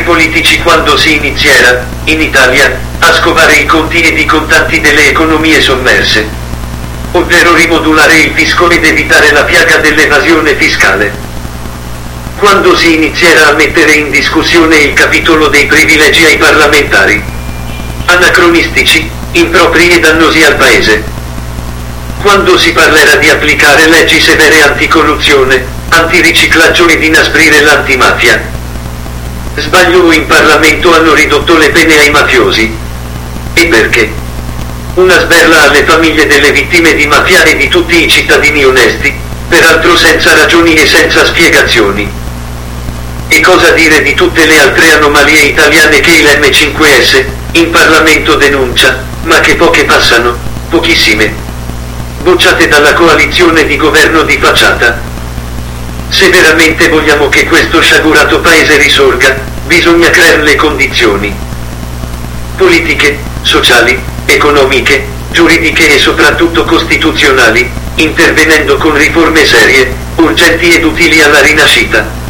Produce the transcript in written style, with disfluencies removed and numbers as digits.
politici quando si inizierà, in Italia, a scovare i conti ed i contanti delle economie sommerse. Ovvero rimodulare il fisco ed evitare la piaga dell'evasione fiscale. Quando si inizierà a mettere in discussione il capitolo dei privilegi ai parlamentari. Anacronistici, impropri e dannosi al Paese. Quando si parlerà di applicare leggi severe anticorruzione, antiriciclaggio ed inasprire l'antimafia. Sbaglio in Parlamento hanno ridotto le pene ai mafiosi. E perché? Una sberla alle famiglie delle vittime di mafia e di tutti i cittadini onesti, peraltro senza ragioni e senza spiegazioni. E cosa dire di tutte le altre anomalie italiane che il M5S, in Parlamento denuncia, ma che poche passano, pochissime. Bocciate dalla coalizione di governo di facciata. Se veramente vogliamo che questo sciagurato paese risorga, bisogna creare le condizioni politiche, sociali, economiche, giuridiche e soprattutto costituzionali, intervenendo con riforme serie, urgenti ed utili alla rinascita.